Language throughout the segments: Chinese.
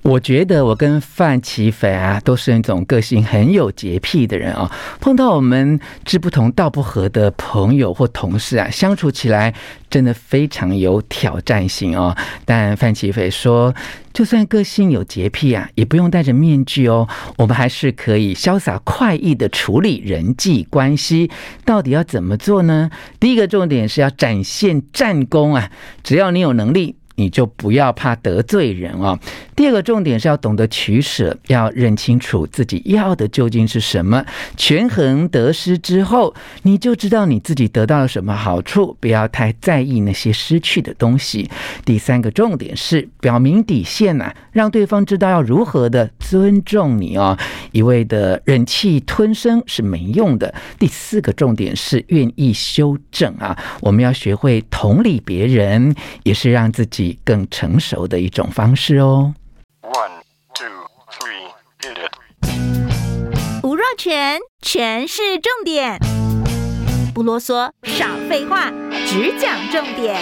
我觉得我跟范琪斐啊，都是那种个性很有洁癖的人啊。碰到我们志不同道不合的朋友或同事啊，相处起来真的非常有挑战性哦。但范琪斐说，就算个性有洁癖啊，也不用戴着面具哦，我们还是可以潇洒快意的处理人际关系。到底要怎么做呢？第一个重点是要展现战功啊，只要你有能力，你就不要怕得罪人哦。第二个重点是要懂得取舍，要认清楚自己要的究竟是什么，权衡得失之后，你就知道你自己得到了什么好处，不要太在意那些失去的东西。第三个重点是表明底线啊，让对方知道要如何的尊重你哦，一味的忍气吞声是没用的。第四个重点是愿意修正啊，我们要学会同理别人，也是让自己更成熟的一种方式哦。 One, two, three, hit it。 吴若权，权是重点，不啰嗦，少废话，只讲重点。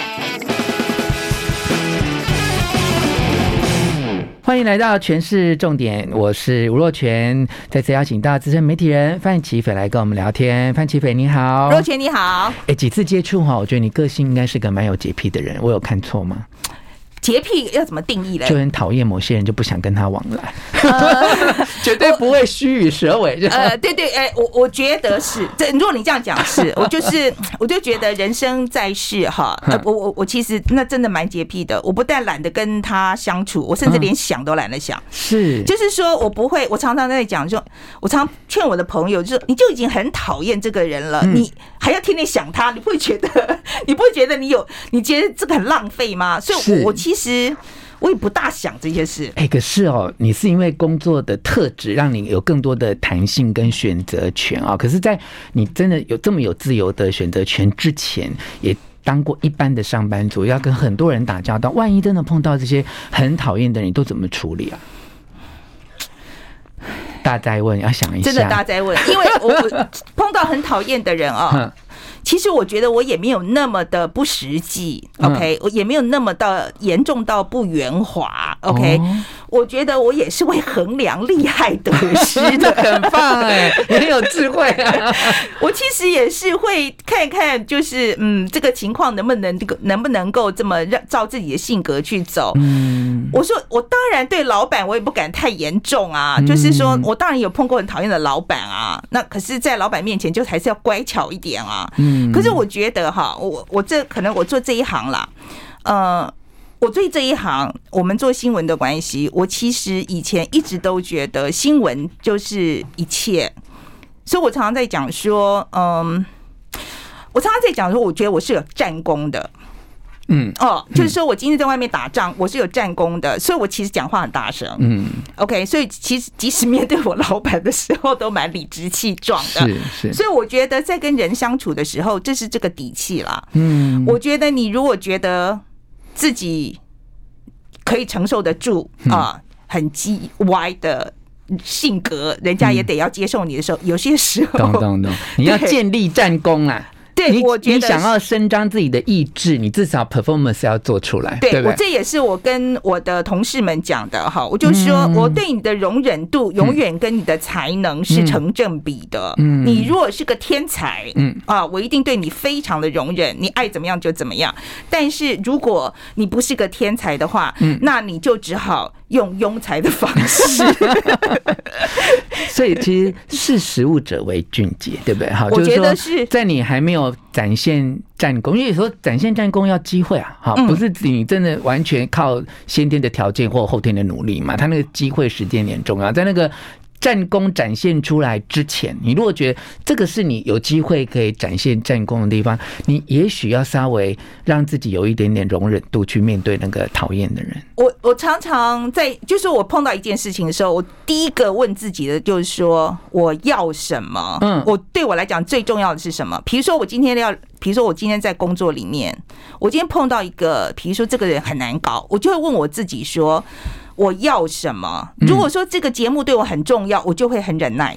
欢迎来到权式重点，我是吴若权，再次邀请到资深媒体人范琪斐来跟我们聊天。范琪斐你好。 若权你好。 几次接触我觉得你个性应该是个蛮有洁癖的人，我有看错吗？ 洁癖要怎么定义呢？ 就很讨厌某些人，就不想跟他往来，绝对不会虚与蛇尾。 对对，我觉得是。如果你这样讲是，我就觉得人生在世哈，我其实那真的蛮洁癖的。我不但懒得跟他相处，我甚至连想都懒得想。是，就是说我不会，我常常在讲，说我常劝我的朋友，就是你就已经很讨厌这个人了，你还要天天想他，你不会觉得你觉得这个很浪费吗？所以其实我也不大想这些事。可是你是因为工作的特质让你有更多的弹性跟选择权啊。可是在你真的有这么有自由的选择权之前，也当过一般的上班族，要跟很多人打交道，万一真的碰到这些很讨厌的人，你都怎么处理啊？大哉问，要想一下。真的大哉问，因为我碰到很讨厌的人其实我觉得我也没有那么的不实际 ，OK， 我也没有那么的严重到不圆滑 ，OK，我觉得我也是会衡量利害得失的， 很棒你很有智慧啊。 我其实也是会看一看，就是这个情况能不能够这么照自己的性格去走。我说我当然对老板我也不敢太严重啊，就是说我当然有碰过很讨厌的老板啊，那可是在老板面前就还是要乖巧一点啊。可是我觉得我这可能我做这一行啦，我对这一行我们做新闻的关系，我其实以前一直都觉得新闻就是一切，所以我常常在讲说，我觉得我是有战功的。就是说我今天在外面打仗，我是有战功的，所以我其实讲话很大声。OK， 所以其实即使面对我老板的时候，都蛮理直气壮的。是，所以我觉得在跟人相处的时候，这是这个底气啦。我觉得你如果觉得自己可以承受得住很叽歪的性格，人家也得要接受你的时候，有些时候， 懂，你要建立战功啊。 对，我觉得你想要伸张自己的意志，你至少 performance 要做出来。 对，我这也是我跟我的同事们讲的哈，我就说我对你的容忍度永远跟你的才能是成正比的。你如果是个天才，我一定对你非常的容忍，你爱怎么样就怎么样。但是如果你不是个天才的话，那你就只好用庸才的方式。 所以其实识时务者为俊杰，对不对？好， 我觉得是在你还没有展现战功，因为有时候展现战功要机会啊，不是你真的完全靠先天的条件或后天的努力嘛，他那个机会时间点重要，在那个战功展现出来之前，你如果觉得这个是你有机会可以展现战功的地方，你也许要稍微让自己有一点点容忍度去面对那个讨厌的人。 我常常就是我碰到一件事情的时候，我第一个问自己的就是说我要什么？对我来讲最重要的是什么？比如说我今天在工作里面，我今天碰到一个，比如说这个人很难搞，我就会问我自己说我要什么？如果说这个节目对我很重要，我就会很忍耐。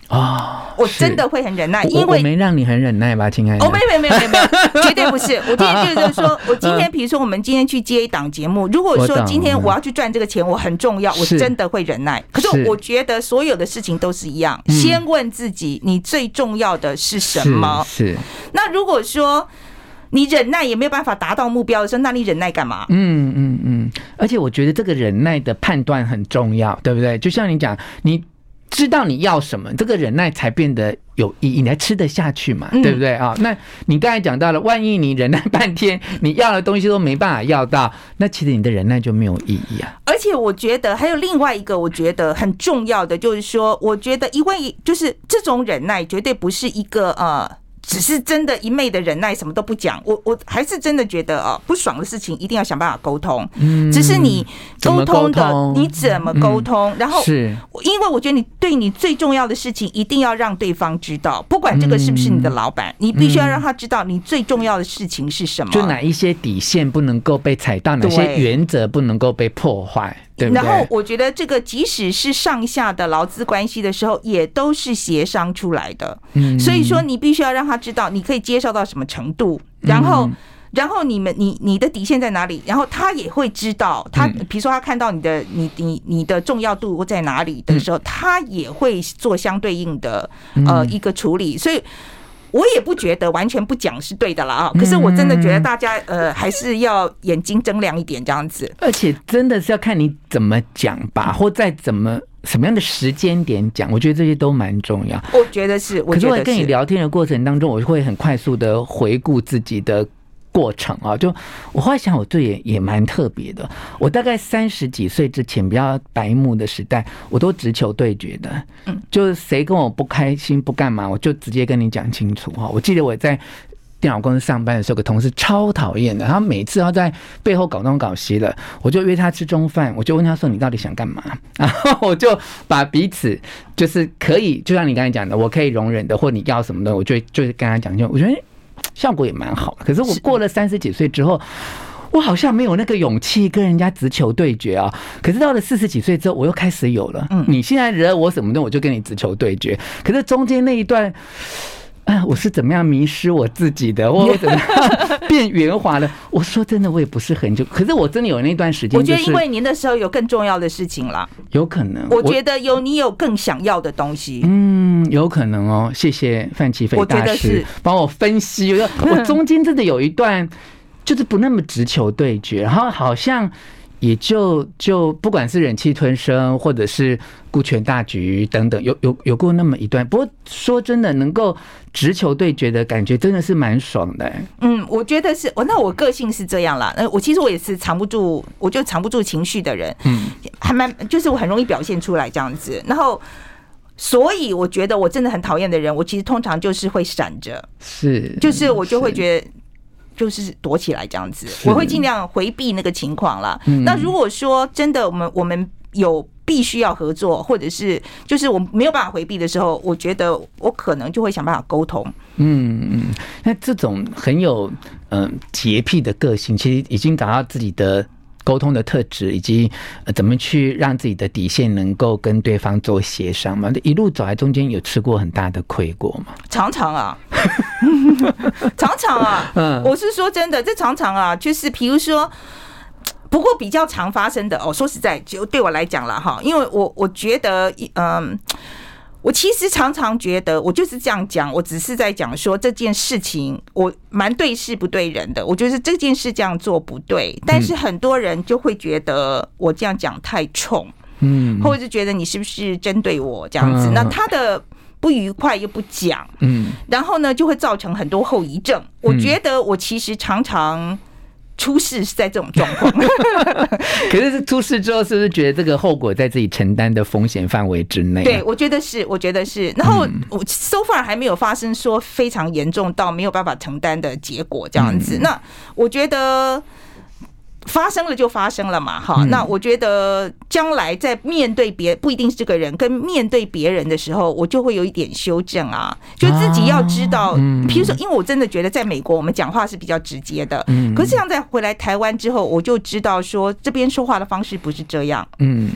我真的会很忍耐，因我为没让你很忍耐吧，亲爱的。 没有，绝对不是。我今天就是说，我今天比如说我们今天去接一档节目，如果说今天我要去赚这个钱，我很重要，我真的会忍耐。可是我觉得所有的事情都是一样，先问自己，你最重要的是什么？ 是。 那如果说你忍耐也没有办法达到目标的时候，那你忍耐干嘛？ 而且我觉得这个忍耐的判断很重要，对不对？就像你讲，你知道你要什么，这个忍耐才变得有意义，你才吃得下去嘛，对不对啊？那你刚才讲到了，万一你忍耐半天，你要的东西都没办法要到，那其实你的忍耐就没有意义啊。 而且我觉得还有另外一个，我觉得很重要的就是说，我觉得因为就是这种忍耐绝对不是一个只是真的一昧的忍耐，什么都不讲。我还是真的觉得不爽的事情一定要想办法沟通。只是你沟通的你怎么沟通，然后是因为我觉得你对你最重要的事情一定要让对方知道，不管这个是不是你的老板，你必须要让他知道你最重要的事情是什么， 就哪一些底线不能够被踩到，哪些原则不能够被破坏。对不对？ 然后我觉得这个即使是上下的劳资关系的时候，也都是协商出来的。所以说你必须要让他知道你可以接受到什么程度，然后你的底线在哪里，然后他也会知道，他比如说他看到你的重要度在哪里的时候，他也会做相对应的一个处理。所以我也不觉得完全不讲是对的了啊，可是我真的觉得大家还是要眼睛睁亮一点这样子。 而且真的是要看你怎么讲吧，或再什么样的时间点讲，我觉得这些都蛮重要。 我觉得是。 可是我跟你聊天的过程当中，我会很快速的回顾自己的过程啊，就我后来想，我这也蛮特别的。我大概30几岁之前，比较白目的时代，我都直球对决的。就是谁跟我不开心不干嘛，我就直接跟你讲清楚哈。我记得我在电脑公司上班的时候，有个同事超讨厌的，他每次要在背后搞东搞西的，我就约他吃中饭，我就问他说：“你到底想干嘛？”然后我就把彼此就是可以，就像你刚才讲的，我可以容忍的，或你要什么的，我就是跟他讲，就我觉得效果也蛮好的。可是我过了30几岁之后，我好像没有那个勇气跟人家直球对决啊。可是到了40几岁之后，我又开始有了。你现在惹我什么的，我就跟你直球对决。可是中间那一段，我是怎么样迷失我自己的，我怎么样变圆滑了？我说真的，我也不是很久。可是我真的有那段时间， 我觉得因为您那时候有更重要的事情啦， 有可能。 我觉得你有更想要的东西。 有可能哦。谢谢范琪斐大师帮我分析。我中间真的有一段就是不那么直球对决，然后好像也就不管是忍气吞声，或者是顾全大局等等，有过那么一段。不过说真的，能够直球对决的感觉真的是蛮爽的。 我觉得是。那我个性是这样啦。其实我也是藏不住情绪的人。还蛮就是我很容易表现出来这样子。然后，所以我觉得我真的很讨厌的人，我其实通常就是会闪着，就是我就会觉得。就是躲起来这样子，我会尽量回避那个情况啦。那如果说真的我们有必须要合作，或者是就是我没有办法回避的时候，我觉得我可能就会想办法沟通。 那这种很有洁癖的个性，其实已经找到自己的沟通的特质，以及怎么去让自己的底线能够跟对方做协商嘛。一路走来中间有吃过很大的亏过吗？ 常常啊。常常啊。我是说真的，这常常啊，就是比如说，不过比较常发生的说实在，就对我来讲啦哈，因为我觉得我其实常常觉得我就是这样讲，我只是在讲说这件事情我蛮对事不对人的，我觉得这件事这样做不对，但是很多人就会觉得我这样讲太冲，或者是觉得你是不是针对我这样子，那他的不愉快又不讲，然后呢就会造成很多后遗症。我觉得我其实常常出事是在这种状况。 可是出事之后，是不是觉得这个后果在自己承担的风险范围之内？ 对，我觉得是。然后我 so far 还没有发生说非常严重到没有办法承担的结果这样子。那我觉得发生了就发生了嘛，哈。那我觉得将来在面对不一定是这个人，跟面对别人的时候，我就会有一点修正啊，就自己要知道，比如说，因为我真的觉得在美国我们讲话是比较直接的，可是像在回来台湾之后，我就知道说这边说话的方式不是这样，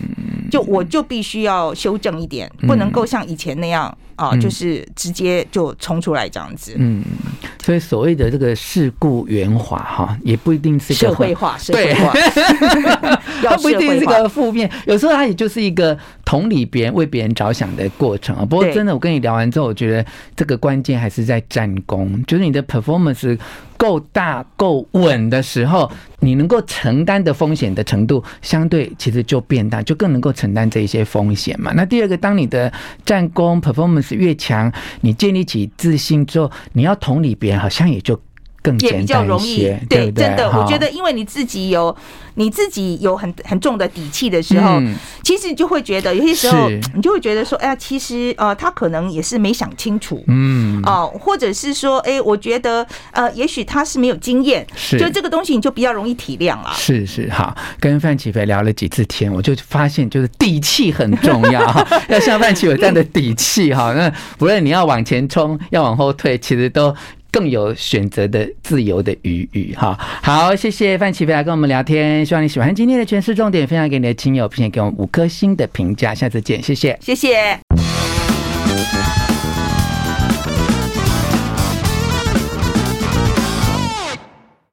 就我就必须要修正一点，不能够像以前那样啊，就是直接就冲出来这样子。 所以所谓的这个世故圆滑哈，也不一定是社会化，社会化， 它不一定是个负面，有时候它也就是一个同理别人、为别人着想的过程啊。不过真的，我跟你聊完之后，我觉得这个关键还是在战功，就是你的 performance 够大、够稳的时候，你能够承担的风险的程度相对其实就变大，就更能够承担这一些风险嘛。那第二个，当你的战功 performance 越强，你建立起自信之后，你要同理别人，好像也就更简单一些，对不对？ 真的，我觉得因为你自己有很重的底气的时候，其实就会觉得有些时候你就会觉得说，哎呀，其实他可能也是没想清楚，或者是说，哎，我觉得也许他是没有经验，就这个东西你就比较容易体谅了。 是好，跟范琪斐聊了几次天，我就发现就是底气很重要要像范琪斐这样的底气哈，那不论你要往前冲，要往后退，其实都更有选择的自由的余裕哈。好，谢谢范琪斐来跟我们聊天，希望你喜欢今天的权式重点，分享给你的亲友，并且给我们5颗星的评价，下次见，谢谢， 谢谢。